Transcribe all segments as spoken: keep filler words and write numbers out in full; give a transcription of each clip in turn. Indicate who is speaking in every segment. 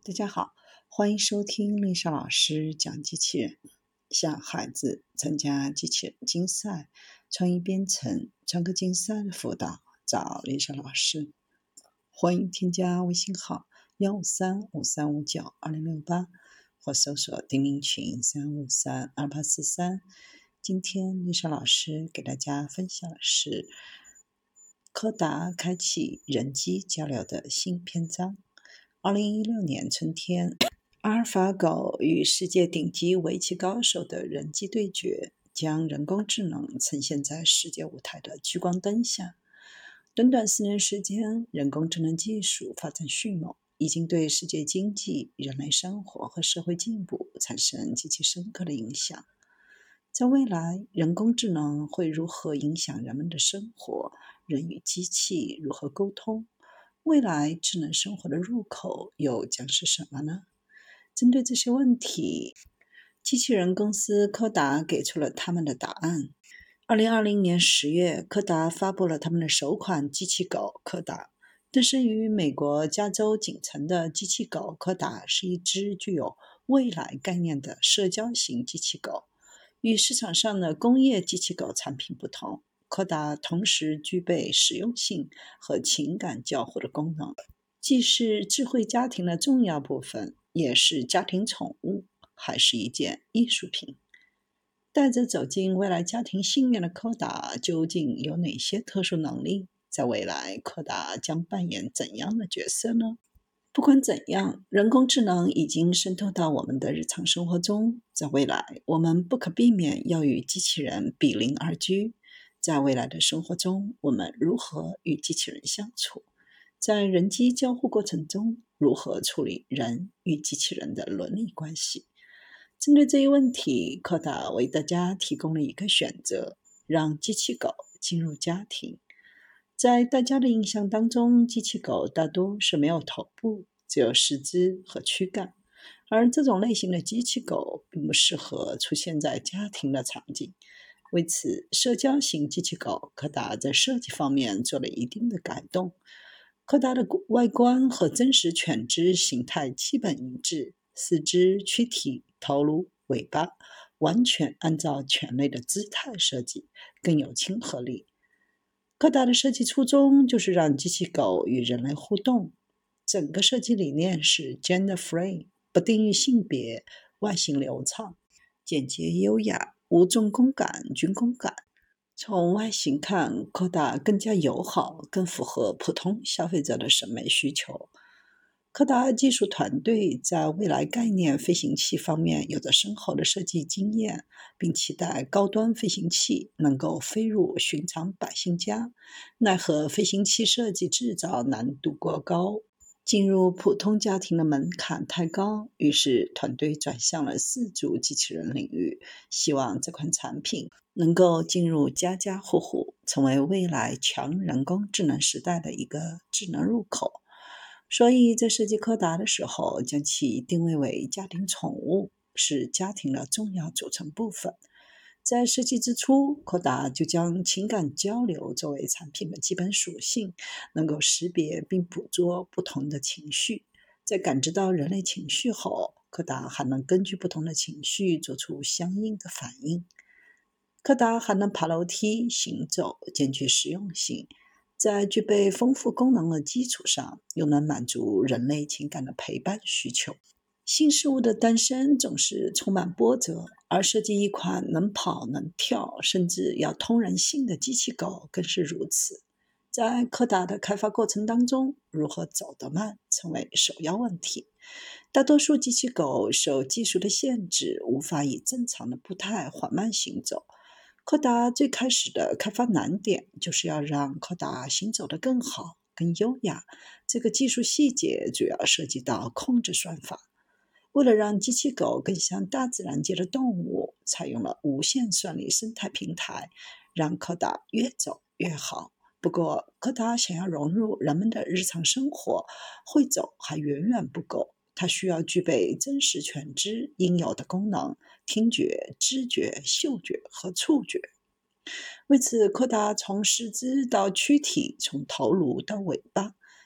Speaker 1: 大家好，欢迎收听丽莎老师讲机器人。向孩子参加机器人竞赛、创意编程、创客竞赛的辅导，找丽莎老师。欢迎添加微信号幺五三五三五九二零六八，或搜索钉钉群三五三二八四三。今天丽莎老师给大家分享的是柯达开启人机交流的新篇章。二零一六年春天，阿尔法狗与世界顶级围棋高手的人机对决，将人工智能呈现在世界舞台的聚光灯下。短短四年时间，人工智能技术发展迅猛，已经对世界经济、人类生活和社会进步产生极其深刻的影响。在未来，人工智能会如何影响人们的生活？人与机器如何沟通？未来智能生活的入口又将是什么呢？针对这些问题，机器人公司柯达给出了他们的答案。二零二零年十月，柯达发布了他们的首款机器狗柯达。诞生于美国加州锦城的机器狗柯达是一只具有未来概念的社交型机器狗。与市场上的工业机器狗产品不同，柯达同时具备实用性和情感交互的功能，既是智慧家庭的重要部分，也是家庭宠物，还是一件艺术品。带着走进未来家庭信念的柯达究竟有哪些特殊能力？在未来，柯达将扮演怎样的角色呢？不管怎样，人工智能已经渗透到我们的日常生活中。在未来，我们不可避免要与机器人比邻而居。在未来的生活中，我们如何与机器人相处？在人机交互过程中，如何处理人与机器人的伦理关系？针对这一问题，柯达为大家提供了一个选择：让机器狗进入家庭。在大家的印象当中，机器狗大多是没有头部，只有四肢和躯干，而这种类型的机器狗并不适合出现在家庭的场景。为此，社交型机器狗柯达在设计方面做了一定的改动。柯达的外观和真实犬只形态基本一致，四肢、躯体、头颅、尾巴完全按照犬类的姿态设计，更有亲和力。柯达的设计初衷就是让机器狗与人类互动，整个设计理念是 gender free， 不定义性别，外形流畅，简洁优雅，无重工感、军工感。从外形看，柯达更加友好，更符合普通消费者的审美需求。柯达技术团队在未来概念飞行器方面有着深厚的设计经验，并期待高端飞行器能够飞入寻常百姓家。奈何飞行器设计制造难度过高，进入普通家庭的门槛太高，于是团队转向了四足机器人领域，希望这款产品能够进入家家户户，成为未来强人工智能时代的一个智能入口。所以在设计柯达的时候，将其定位为家庭宠物，是家庭的重要组成部分。在设计之初，柯达就将情感交流作为产品的基本属性，能够识别并捕捉不同的情绪。在感知到人类情绪后，柯达还能根据不同的情绪做出相应的反应。柯达还能爬楼梯、行走，兼具实用性。在具备丰富功能的基础上，又能满足人类情感的陪伴需求。新事物的诞生总是充满波折，而设计一款能跑能跳，甚至要通人性的机器狗更是如此。在柯达的开发过程当中，如何走得慢成为首要问题。大多数机器狗受技术的限制，无法以正常的步态缓慢行走。柯达最开始的开发难点就是要让柯达行走得更好、更优雅。这个技术细节主要涉及到控制算法。为了让机器狗更像大自然界的动物，采用了无线算力生态平台，让柯达越走越好。不过，柯达想要融入人们的日常生活，会走还远远不够。它需要具备真实犬只应有的功能，听觉、知觉、嗅觉和触觉。为此，柯达从四肢到躯体，从头颅到尾巴，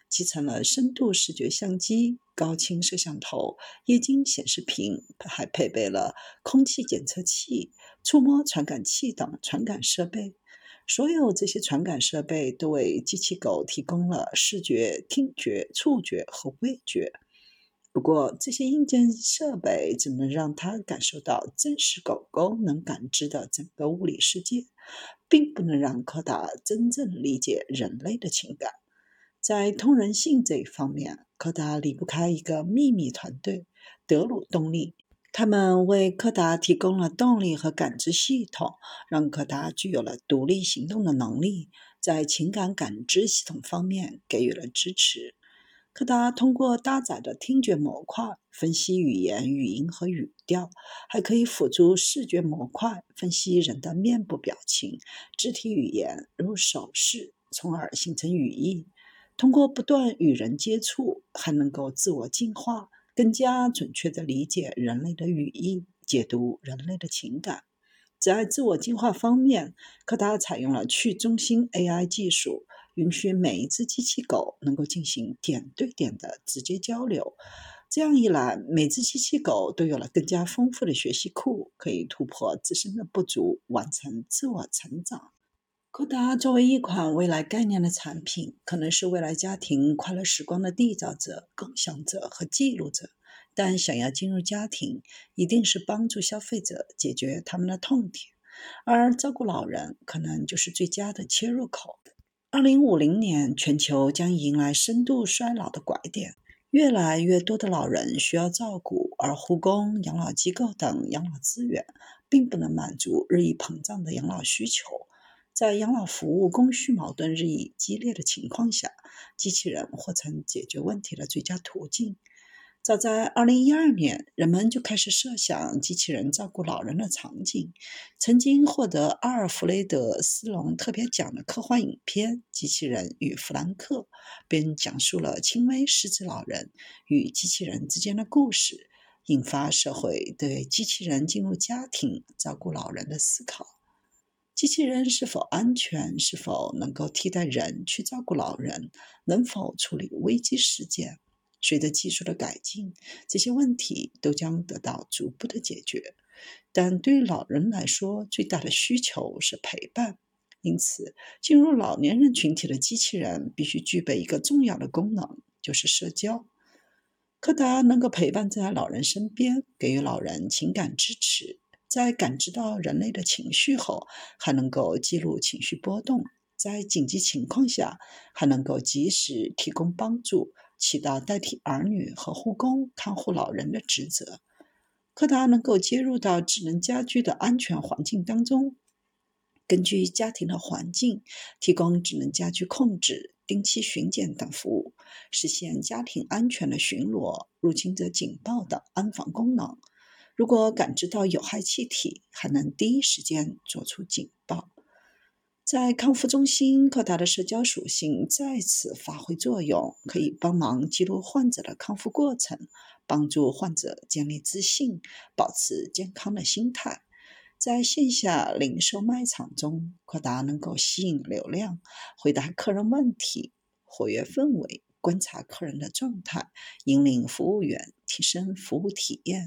Speaker 1: 集成了深度视觉相机、高清摄像头、液晶显示屏，还配备了空气检测器、触摸传感器等传感设备。所有这些传感设备都为机器狗提供了视觉、听觉、触觉和味觉。不过，这些硬件设备只能让它感受到真实狗狗能感知的整个物理世界，并不能让柯达真正理解人类的情感。在通人性这一方面，柯达离不开一个秘密团队——德鲁动力。他们为柯达提供了动力和感知系统，让柯达具有了独立行动的能力，在情感感知系统方面给予了支持。柯达通过搭载的听觉模块分析语言、语音和语调，还可以辅助视觉模块分析人的面部表情、肢体语言，如手势，从而形成语义。通过不断与人接触，还能够自我进化，更加准确地理解人类的语义，解读人类的情感。在自我进化方面，柯达采用了去中心 A I 技术，允许每一只机器狗能够进行点对点的直接交流。这样一来，每只机器狗都有了更加丰富的学习库，可以突破自身的不足，完成自我成长。柯达作为一款未来概念的产品，可能是未来家庭快乐时光的缔造者、共享者和记录者。但想要进入家庭，一定是帮助消费者解决他们的痛点，而照顾老人可能就是最佳的切入口。二零五零年，全球将迎来深度衰老的拐点，越来越多的老人需要照顾，而护工、养老机构等养老资源并不能满足日益膨胀的养老需求。在养老服务供需矛盾日益激烈的情况下，机器人或成解决问题的最佳途径。早在二零一二年，人们就开始设想机器人照顾老人的场景。曾经获得阿尔弗雷德·斯隆特别奖的科幻影片《机器人与弗兰克》便讲述了轻微失智老人与机器人之间的故事，引发社会对机器人进入家庭照顾老人的思考。机器人是否安全？是否能够替代人去照顾老人？能否处理危机事件？随着技术的改进，这些问题都将得到逐步的解决。但对于老人来说，最大的需求是陪伴。因此，进入老年人群体的机器人必须具备一个重要的功能，就是社交。柯达能够陪伴在老人身边，给予老人情感支持。在感知到人类的情绪后，还能够记录情绪波动，在紧急情况下还能够及时提供帮助，起到代替儿女和护工看护老人的职责。柯达能够接入到智能家居的安全环境当中，根据家庭的环境提供智能家居控制、定期巡检等服务，实现家庭安全的巡逻、入侵者警报等安防功能。如果感知到有害气体，还能第一时间做出警报。在康复中心，柯达的社交属性再次发挥作用，可以帮忙记录患者的康复过程，帮助患者建立自信，保持健康的心态。在线下零售卖场中，柯达能够吸引流量，回答客人问题，活跃氛围，观察客人的状态，引领服务员，提升服务体验。